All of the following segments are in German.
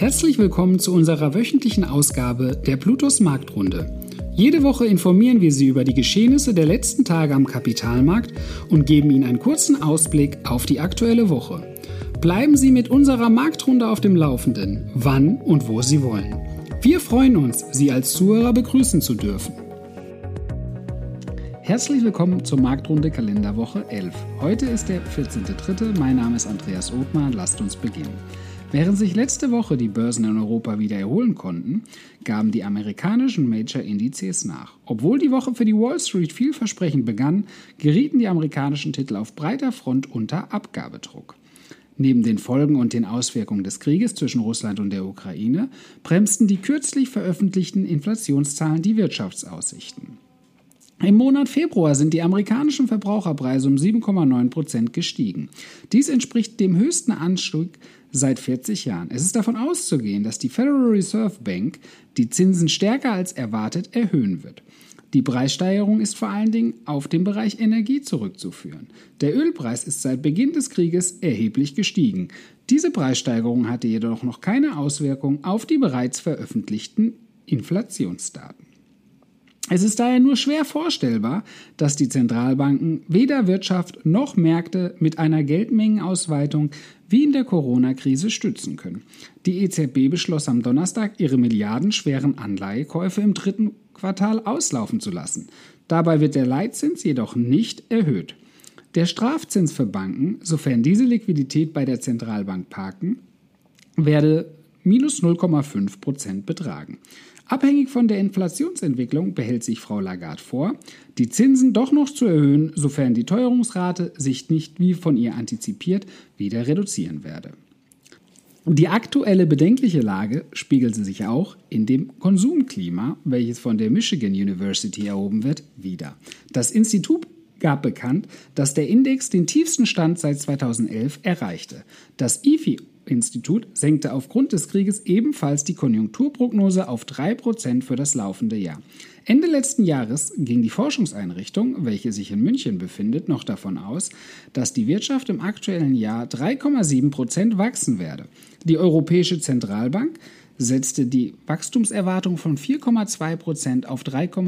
Herzlich willkommen zu unserer wöchentlichen Ausgabe der Plutos Marktrunde. Jede Woche informieren wir Sie über die Geschehnisse der letzten Tage am Kapitalmarkt und geben Ihnen einen kurzen Ausblick auf die aktuelle Woche. Bleiben Sie mit unserer Marktrunde auf dem Laufenden, wann und wo Sie wollen. Wir freuen uns, Sie als Zuhörer begrüßen zu dürfen. Herzlich willkommen zur Marktrunde Kalenderwoche 11. Heute ist der 14.3. Mein Name ist Andreas Othmar. Lasst uns beginnen. Während sich letzte Woche die Börsen in Europa wieder erholen konnten, gaben die amerikanischen Major-Indizes nach. Obwohl die Woche für die Wall Street vielversprechend begann, gerieten die amerikanischen Titel auf breiter Front unter Abgabedruck. Neben den Folgen und den Auswirkungen des Krieges zwischen Russland und der Ukraine bremsten die kürzlich veröffentlichten Inflationszahlen die Wirtschaftsaussichten. Im Monat Februar sind die amerikanischen Verbraucherpreise um 7,9% gestiegen. Dies entspricht dem höchsten Anstieg seit 40 Jahren. Es ist davon auszugehen, dass die Federal Reserve Bank die Zinsen stärker als erwartet erhöhen wird. Die Preissteigerung ist vor allen Dingen auf den Bereich Energie zurückzuführen. Der Ölpreis ist seit Beginn des Krieges erheblich gestiegen. Diese Preissteigerung hatte jedoch noch keine Auswirkung auf die bereits veröffentlichten Inflationsdaten. Es ist daher nur schwer vorstellbar, dass die Zentralbanken weder Wirtschaft noch Märkte mit einer Geldmengenausweitung wie in der Corona-Krise stützen können. Die EZB beschloss am Donnerstag, ihre milliardenschweren Anleihekäufe im dritten Quartal auslaufen zu lassen. Dabei wird der Leitzins jedoch nicht erhöht. Der Strafzins für Banken, sofern diese Liquidität bei der Zentralbank parken, werde minus 0,5% betragen. Abhängig von der Inflationsentwicklung behält sich Frau Lagarde vor, die Zinsen doch noch zu erhöhen, sofern die Teuerungsrate sich nicht, wie von ihr antizipiert, wieder reduzieren werde. Die aktuelle bedenkliche Lage spiegelte sich auch in dem Konsumklima, welches von der Michigan University erhoben wird, wider. Das Institut gab bekannt, dass der Index den tiefsten Stand seit 2011 erreichte. Das IFI-Institut senkte aufgrund des Krieges ebenfalls die Konjunkturprognose auf 3% für das laufende Jahr. Ende letzten Jahres ging die Forschungseinrichtung, welche sich in München befindet, noch davon aus, dass die Wirtschaft im aktuellen Jahr 3,7% wachsen werde. Die Europäische Zentralbank setzte die Wachstumserwartung von 4,2% auf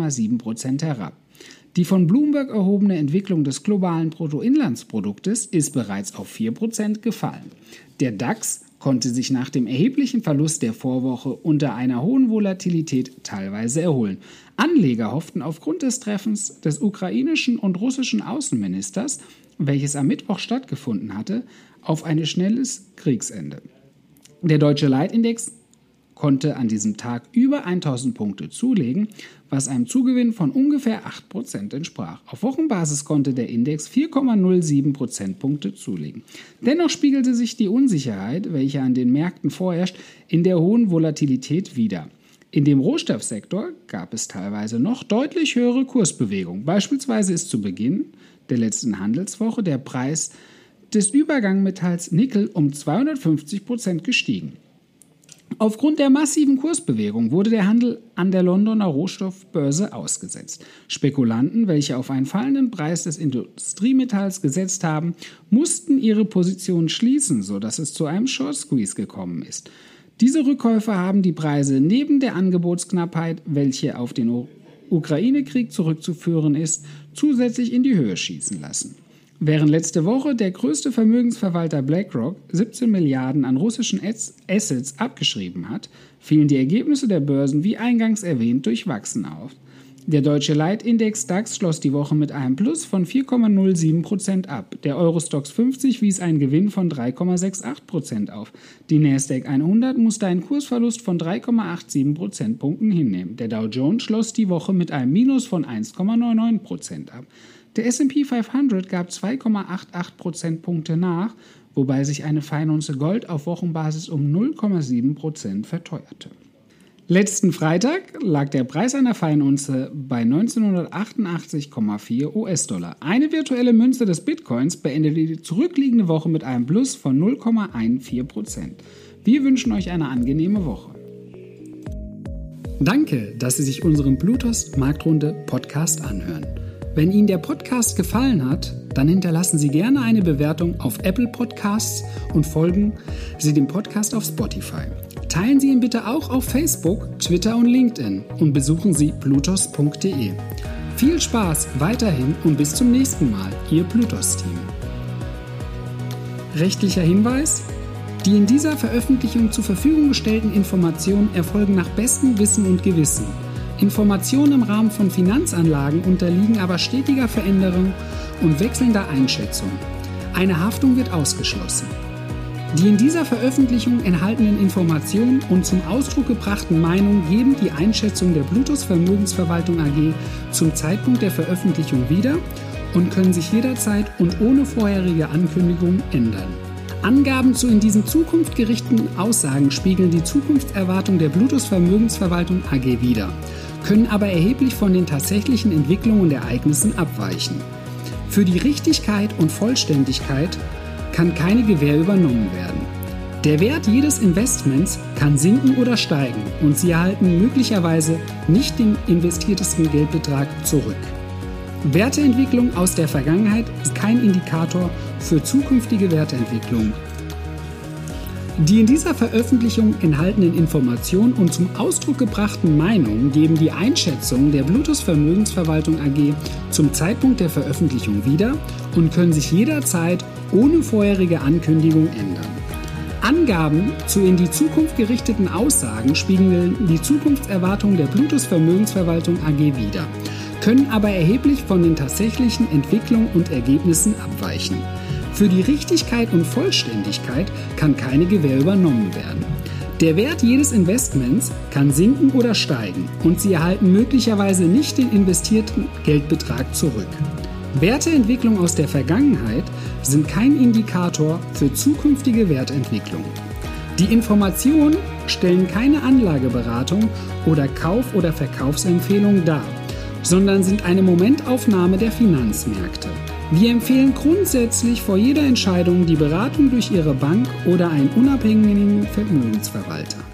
3,7% herab. Die von Bloomberg erhobene Entwicklung des globalen Bruttoinlandsproduktes ist bereits auf 4% gefallen. Der DAX konnte sich nach dem erheblichen Verlust der Vorwoche unter einer hohen Volatilität teilweise erholen. Anleger hofften aufgrund des Treffens des ukrainischen und russischen Außenministers, welches am Mittwoch stattgefunden hatte, auf ein schnelles Kriegsende. Der deutsche Leitindex konnte an diesem Tag über 1000 Punkte zulegen, was einem Zugewinn von ungefähr 8% entsprach. Auf Wochenbasis konnte der Index 4,07 Prozentpunkte zulegen. Dennoch spiegelte sich die Unsicherheit, welche an den Märkten vorherrscht, in der hohen Volatilität wider. In dem Rohstoffsektor gab es teilweise noch deutlich höhere Kursbewegungen. Beispielsweise ist zu Beginn der letzten Handelswoche der Preis des Übergangmetalls Nickel um 250% gestiegen. Aufgrund der massiven Kursbewegung wurde der Handel an der Londoner Rohstoffbörse ausgesetzt. Spekulanten, welche auf einen fallenden Preis des Industriemetalls gesetzt haben, mussten ihre Positionen schließen, sodass es zu einem Short Squeeze gekommen ist. Diese Rückkäufe haben die Preise neben der Angebotsknappheit, welche auf den Ukraine-Krieg zurückzuführen ist, zusätzlich in die Höhe schießen lassen. Während letzte Woche der größte Vermögensverwalter BlackRock 17 Milliarden an russischen Assets abgeschrieben hat, fielen die Ergebnisse der Börsen wie eingangs erwähnt durchwachsen auf. Der deutsche Leitindex DAX schloss die Woche mit einem Plus von 4,07% ab. Der Eurostoxx 50 wies einen Gewinn von 3,68% auf. Die Nasdaq 100 musste einen Kursverlust von 3,87 Prozentpunkten hinnehmen. Der Dow Jones schloss die Woche mit einem Minus von 1,99% ab. Der S&P 500 gab 2,88 Prozentpunkte nach, wobei sich eine Feinunze Gold auf Wochenbasis um 0,7% verteuerte. Letzten Freitag lag der Preis einer Feinunze bei 1988,4 US-Dollar. Eine virtuelle Münze des Bitcoins beendete die zurückliegende Woche mit einem Plus von 0,14%. Wir wünschen euch eine angenehme Woche. Danke, dass Sie sich unseren Plutos Marktrunde Podcast anhören. Wenn Ihnen der Podcast gefallen hat, dann hinterlassen Sie gerne eine Bewertung auf Apple Podcasts und folgen Sie dem Podcast auf Spotify. Teilen Sie ihn bitte auch auf Facebook, Twitter und LinkedIn und besuchen Sie plutos.de. Viel Spaß weiterhin und bis zum nächsten Mal, Ihr Plutos-Team. Rechtlicher Hinweis: Die in dieser Veröffentlichung zur Verfügung gestellten Informationen erfolgen nach bestem Wissen und Gewissen. Informationen im Rahmen von Finanzanlagen unterliegen aber stetiger Veränderung und wechselnder Einschätzung. Eine Haftung wird ausgeschlossen. Die in dieser Veröffentlichung enthaltenen Informationen und zum Ausdruck gebrachten Meinungen geben die Einschätzung der Plutos Vermögensverwaltung AG zum Zeitpunkt der Veröffentlichung wieder und können sich jederzeit und ohne vorherige Ankündigung ändern. Angaben zu in diesen Zukunft gerichteten Aussagen spiegeln die Zukunftserwartung der Plutos Vermögensverwaltung AG wider, können aber erheblich von den tatsächlichen Entwicklungen und Ereignissen abweichen. Für die Richtigkeit und Vollständigkeit kann keine Gewähr übernommen werden. Der Wert jedes Investments kann sinken oder steigen und Sie erhalten möglicherweise nicht den investiertesten Geldbetrag zurück. Werteentwicklung aus der Vergangenheit ist kein Indikator für zukünftige Werteentwicklung. Die in dieser Veröffentlichung enthaltenen Informationen und zum Ausdruck gebrachten Meinungen geben die Einschätzung der Plutos Vermögensverwaltung AG zum Zeitpunkt der Veröffentlichung wieder und können sich jederzeit ohne vorherige Ankündigung ändern. Angaben zu in die Zukunft gerichteten Aussagen spiegeln die Zukunftserwartungen der Plutos Vermögensverwaltung AG wider, können aber erheblich von den tatsächlichen Entwicklungen und Ergebnissen abweichen. Für die Richtigkeit und Vollständigkeit kann keine Gewähr übernommen werden. Der Wert jedes Investments kann sinken oder steigen und Sie erhalten möglicherweise nicht den investierten Geldbetrag zurück. Werteentwicklung aus der Vergangenheit sind kein Indikator für zukünftige Wertentwicklung. Die Informationen stellen keine Anlageberatung oder Kauf- oder Verkaufsempfehlung dar, sondern sind eine Momentaufnahme der Finanzmärkte. Wir empfehlen grundsätzlich vor jeder Entscheidung die Beratung durch Ihre Bank oder einen unabhängigen Vermögensverwalter.